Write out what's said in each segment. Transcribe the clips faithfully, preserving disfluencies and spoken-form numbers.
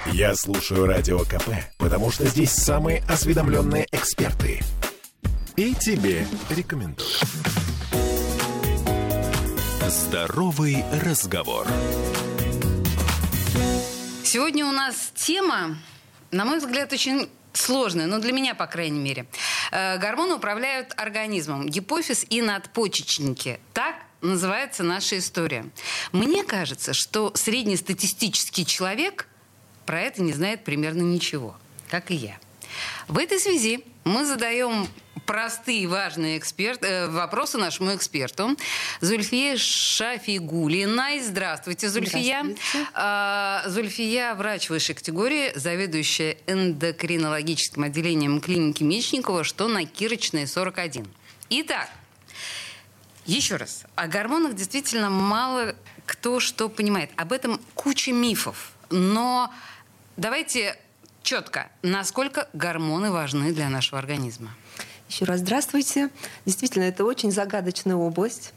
Я слушаю Радио КП, потому что здесь самые осведомленные эксперты. И тебе рекомендую. Здоровый разговор. Сегодня у нас тема, на мой взгляд, очень сложная, но для меня, по крайней мере. Гормоны управляют организмом. Гипофиз и надпочечники. Так называется наша история. Мне кажется, что среднестатистический человек про это не знает примерно ничего, как и я. В этой связи мы задаем простые, важные эксперт, э, вопросы нашему эксперту Зульфие Шафигуллиной. Здравствуйте, Зульфия. Здравствуйте. А, Зульфия – врач высшей категории, заведующая эндокринологическим отделением клиники Мечникова, что на Кирочной, сорок один. Итак, еще раз. О гормонах действительно мало кто что понимает. Об этом куча мифов. Но давайте четко, насколько гормоны важны для нашего организма. Еще раз здравствуйте. Действительно, это очень загадочная область.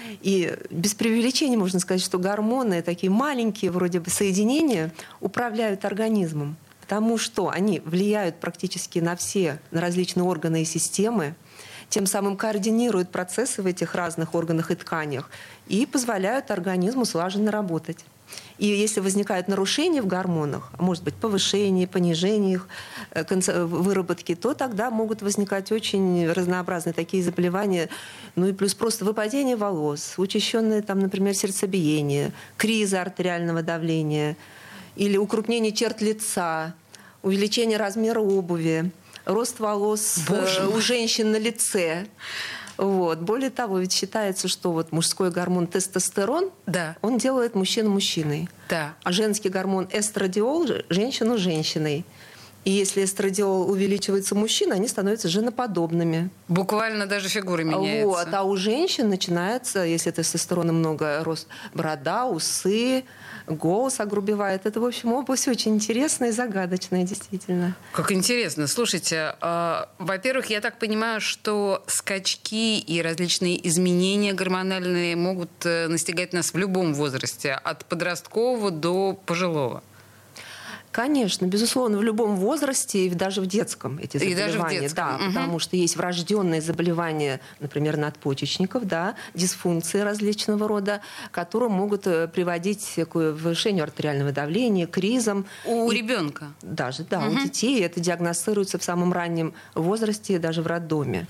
И без преувеличения можно сказать, что гормоны, такие маленькие вроде бы соединения, управляют организмом. Потому что они влияют практически на все, на различные органы и системы, тем самым координируют процессы в этих разных органах и тканях и позволяют организму слаженно работать. И если возникают нарушения в гормонах, может быть, повышение, понижение их выработки, то тогда могут возникать очень разнообразные такие заболевания. Ну и плюс просто выпадение волос, учащенное, там, например, сердцебиение, криза артериального давления или укрупнение черт лица, увеличение размера обуви, рост волос Боже у женщин на лице. Вот. Более того, ведь считается, что вот мужской гормон тестостерон, да, он делает мужчину мужчиной. Да. А женский гормон эстрадиол – женщину женщиной. И если эстрадиол увеличивается у мужчин, они становятся женоподобными. Буквально даже фигура меняется. Вот. А у женщин начинается, если тестостерона много, рост борода, усы, голос огрубевает. Это, в общем, область очень интересная и загадочная, действительно. Как интересно. Слушайте, э, во-первых, я так понимаю, что скачки и различные изменения гормональные могут э, настигать нас в любом возрасте, от подросткового до пожилого. Конечно, безусловно, в любом возрасте, и даже в детском эти заболевания. И даже в детском. Да, угу. Потому что есть врожденные заболевания, например, надпочечников, да, дисфункции различного рода, которые могут приводить к повышению артериального давления, кризам. У и ребенка? Даже, да, угу. у детей. Это диагностируется в самом раннем возрасте, даже в роддоме.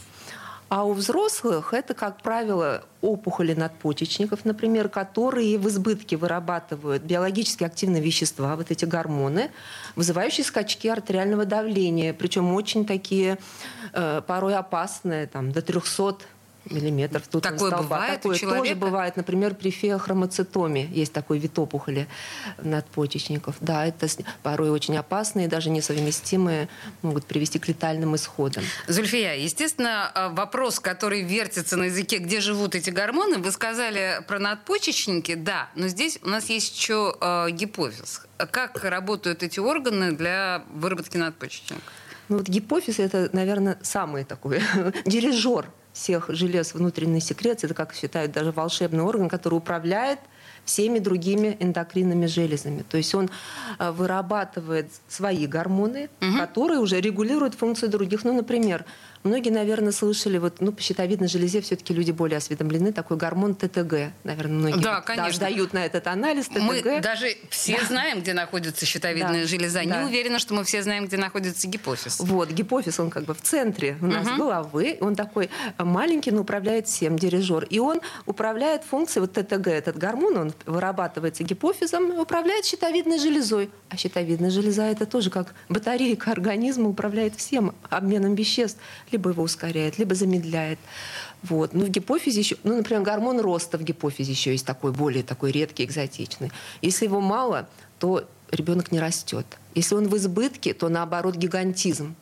А у взрослых это, как правило, опухоли надпочечников, например, которые в избытке вырабатывают биологически активные вещества, вот эти гормоны, вызывающие скачки артериального давления, причем очень такие э, порой опасные, там, до трехсот миллиметров. Тут такое бывает такое у человека? Тоже бывает, например, при феохромоцитоме есть такой вид опухоли надпочечников. Да, это порой очень опасные, даже несовместимые, могут привести к летальным исходам. Зульфия, естественно, вопрос, который вертится на языке, где живут эти гормоны, вы сказали про надпочечники, да, но здесь у нас есть еще э, гипофиз. Как работают эти органы для выработки надпочечников? Ну, вот гипофиз – это, наверное, самый такой дирижер всех желез внутренней секреции. Это, как считают, даже волшебный орган, который управляет всеми другими эндокринными железами. То есть он вырабатывает свои гормоны, угу. которые уже регулируют функцию других. Ну, например, многие, наверное, слышали, вот, ну, по щитовидной железе все-таки люди более осведомлены, такой гормон ТТГ. Наверное, многие да, вот, конечно. Да, дают на этот анализ ТТГ. Мы даже все да. знаем, где находится щитовидная да. железа. Да. Не уверена, что мы все знаем, где находится гипофиз. Вот, гипофиз, он как бы в центре у нас угу. головы. Он такой маленький, но управляет всем, дирижер. И он управляет функцией, вот ТТГ, этот гормон, он вырабатывается гипофизом, управляет щитовидной железой. А щитовидная железа это тоже как батарейка организма, управляет всем обменом веществ. Либо его ускоряет, либо замедляет. Вот. Ну, в гипофизе еще, ну, например, гормон роста в гипофизе еще есть такой, более такой редкий, экзотичный. Если его мало, то ребенок не растет. Если он в избытке, то наоборот гигантизм.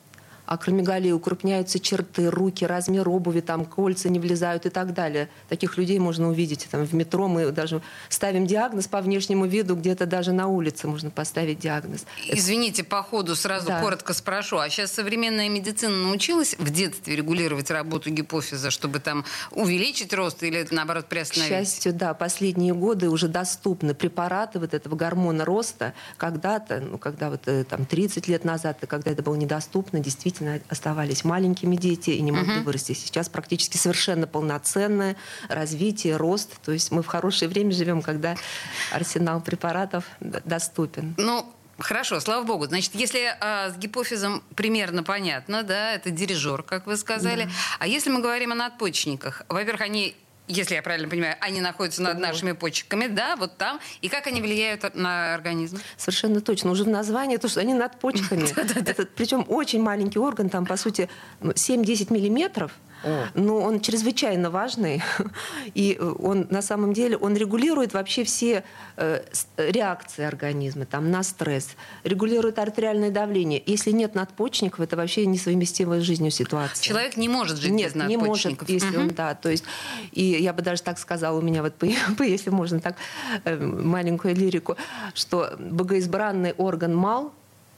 акромегалия, укрупняются черты, руки, размер обуви, там, кольца не влезают и так далее. Таких людей можно увидеть там, в метро. Мы даже ставим диагноз по внешнему виду, где-то даже на улице можно поставить диагноз. Извините, по ходу сразу Да. коротко спрошу. А сейчас современная медицина научилась в детстве регулировать работу гипофиза, чтобы там увеличить рост или, наоборот, К приостановить? счастью, да, последние годы уже доступны препараты вот этого гормона роста. Когда-то, ну, когда вот э, там тридцать лет назад, когда это было недоступно, действительно оставались маленькими дети и не могли Мгм. вырасти. Сейчас практически совершенно полноценное развитие, рост. То есть мы в хорошее время живем, когда арсенал препаратов д- доступен. Ну, хорошо, слава богу. Значит, если а, с гипофизом примерно понятно, да, это дирижер, как вы сказали. Да. А если мы говорим о надпочечниках, во-первых, они, если я правильно понимаю, они находятся над Вот. нашими почками, да, вот там. И как они влияют на организм? Совершенно точно. Уже в названии то, что они над почками. Это, причем очень маленький орган, там, по сути, ну, семь-десять миллиметров. Но он чрезвычайно важный. И он, на самом деле, он регулирует вообще все э, с- реакции организма там, на стресс. Регулирует артериальное давление. Если нет надпочечников, это вообще несовместимая с жизнью ситуация. Человек не может жить Нет, без не может, надпочечников. если Мгм. он, да, то есть, и я бы даже так сказала, у меня вот, по- по- если можно так, э, маленькую лирику, что богоизбранный орган мал,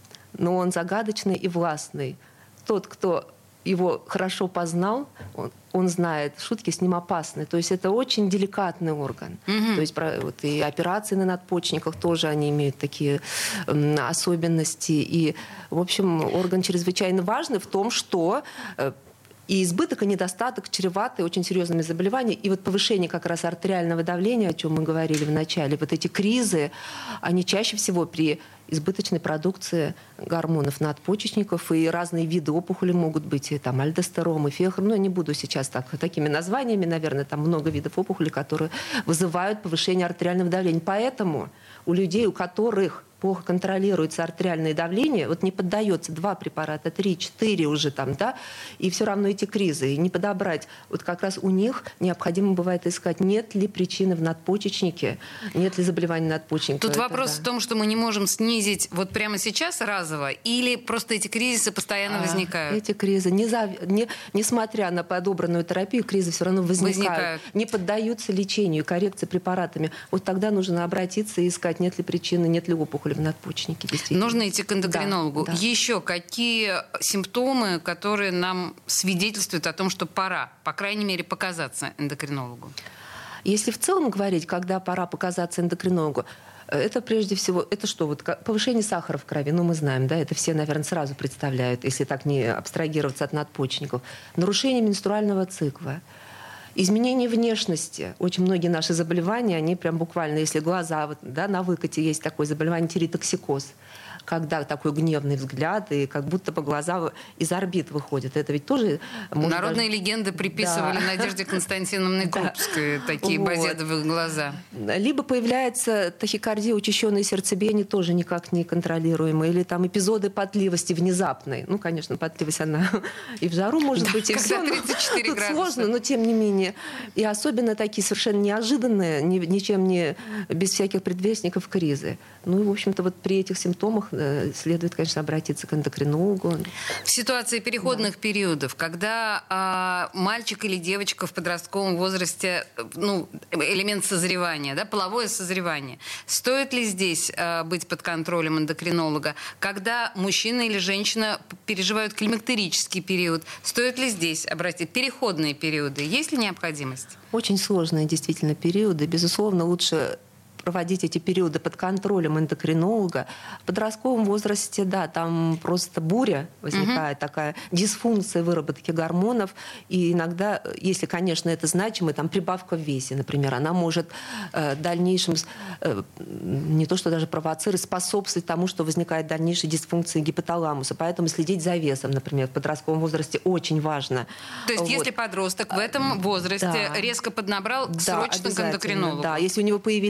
но он загадочный и властный. Тот, кто его хорошо познал, он, он знает, шутки с ним опасны. То есть это очень деликатный орган. Мгм. То есть про- вот, и операции на надпочечниках тоже они имеют такие м, особенности. И, в общем, орган чрезвычайно важный в том, что э, и избыток, и недостаток чреваты очень серьезными заболеваниями. И вот повышение как раз артериального давления, о чем мы говорили в начале, вот эти кризы, они чаще всего при избыточной продукции гормонов надпочечников, и разные виды опухоли могут быть, и там альдостером, и фехр. Но я не буду сейчас так, такими названиями, наверное, там много видов опухоли, которые вызывают повышение артериального давления. Поэтому у людей, у которых плохо контролируется артериальное давление, вот не поддается два препарата, три, четыре уже там, да, и все равно эти кризы, и не подобрать. Вот как раз у них необходимо бывает искать, нет ли причины в надпочечнике, нет ли заболевания надпочечника. Тут Это вопрос да. в том, что мы не можем снизить вот прямо сейчас разово, или просто эти кризисы постоянно А, возникают? Эти кризы, не зав- не- несмотря на подобранную терапию, кризы все равно возникают, Возникают. не поддаются лечению, коррекции препаратами. Вот тогда нужно обратиться и искать, нет ли причины, нет ли опухоли в надпочечнике. Действительно. Нужно идти к эндокринологу. Да, да. Еще какие симптомы, которые нам свидетельствуют о том, что пора, по крайней мере, показаться эндокринологу? Если в целом говорить, когда пора показаться эндокринологу, это прежде всего, это что, вот ка- повышение сахара в крови, ну мы знаем, да, это все, наверное, сразу представляют, если так не абстрагироваться от надпочечников. Нарушение менструального цикла, изменение внешности. Очень многие наши заболевания, они прям буквально, если глаза, вот, да, на выкате есть такое заболевание тиреотоксикоз, когда такой гневный взгляд, и как будто бы глаза из орбит выходят. Это ведь тоже... может Народные даже- легенды приписывали Да. Надежде Константиновне Да. Крупской такие Вот. базедовые глаза. Либо появляется тахикардия, учащенное сердцебиение, тоже никак не контролируемое. Или там эпизоды потливости внезапной. Ну, конечно, потливость, она и в жару может Да, быть, и когда все. но тридцать четыре тут градуса. сложно, но тем не менее. И особенно такие совершенно неожиданные, ни- ничем не, без всяких предвестников кризы. Ну и, в общем-то, вот при этих симптомах э, следует, конечно, обратиться к эндокринологу. В ситуации переходных периодов, когда а, мальчик или девочка в подростковом возрасте, э, ну, элемент созревания, да, половое созревание, стоит ли здесь а, быть под контролем эндокринолога? Когда мужчина или женщина п- переживают климактерический период, стоит ли здесь обратить переходные периоды? Есть ли необходимость? Очень сложные действительно периоды. Безусловно, лучше проводить эти периоды под контролем эндокринолога. В подростковом возрасте, да, там просто буря возникает, такая дисфункция выработки гормонов. И иногда, если, конечно, это значимо, там прибавка в весе, например, она может э, в дальнейшем э, не то что даже провоцировать, способствовать тому, что возникает дальнейшая дисфункция гипоталамуса. Поэтому следить за весом, например, в подростковом возрасте очень важно. То есть, Вот. если подросток в этом возрасте Да. резко поднабрал, Да, срочно к обязательно, эндокринологу. Да, если у него появились какие-то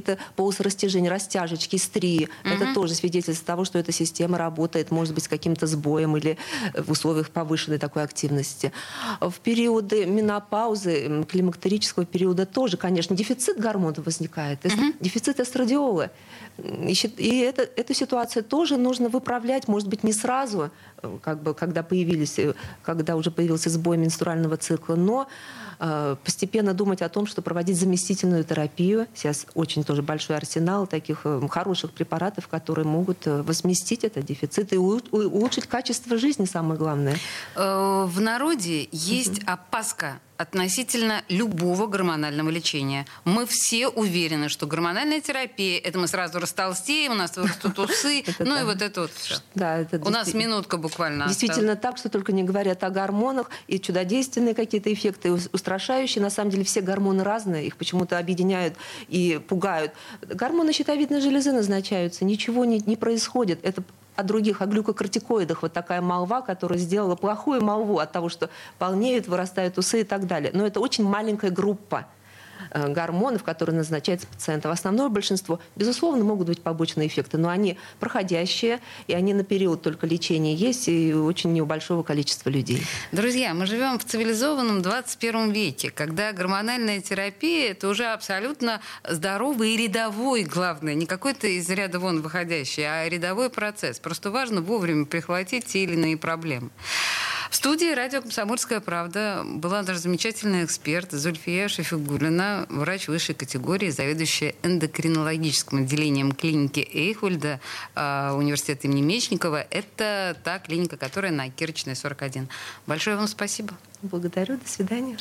какие-то полусрастяжения, растяжечки, стрии. Угу. Это тоже свидетельство того, что эта система работает, может быть, с каким-то сбоем или в условиях повышенной такой активности. В периоды менопаузы, климактерического периода тоже, конечно, дефицит гормонов возникает, угу. дефицит эстрадиола. И это, эту ситуацию тоже нужно выправлять, может быть, не сразу, как бы, когда, появились, когда уже появился сбой менструального цикла, но э, постепенно думать о том, что проводить заместительную терапию. Сейчас очень тоже большой арсенал таких э, хороших препаратов, которые могут э, возместить этот дефицит и у, у, улучшить качество жизни, самое главное. В народе есть угу. опаска относительно любого гормонального лечения. Мы все уверены, что гормональная терапия, это мы сразу растолстеем, у нас вырастут усы, ну и вот это вот все. У нас минутка буквально. Действительно так, что только не говорят о гормонах, и чудодейственные какие-то эффекты, устрашающие. На самом деле все гормоны разные, их почему-то объединяют и пугают. Гормоны щитовидной железы назначаются, ничего не, не происходит. Это о других, о глюкокортикоидах, вот такая молва, которая сделала плохую молву от того, что полнеют, вырастают усы и так далее. Но это очень маленькая группа гормонов, которые назначаются пациентам. Основное большинство, безусловно, могут быть побочные эффекты, но они проходящие, и они на период только лечения есть, и очень небольшого количества людей. Друзья, мы живем в цивилизованном двадцать первом веке, когда гормональная терапия – это уже абсолютно здоровый и рядовой, главное, не какой-то из ряда вон выходящий, а рядовой процесс. Просто важно вовремя прихватить те или иные проблемы. В студии радио «Комсомольская правда» была даже замечательный эксперт Зульфия Шафигуллина, врач высшей категории, заведующая эндокринологическим отделением клиники Эйхольда э, университета имени Мечникова. Это та клиника, которая на Кирочной, сорок один. Большое вам спасибо. Благодарю. До свидания.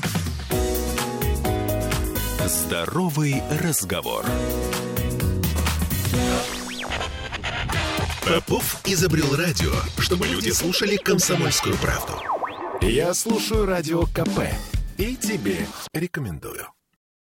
Здоровый разговор. Попов изобрел радио, чтобы люди слушали «Комсомольскую правду». Я слушаю радио ка пэ и тебе рекомендую.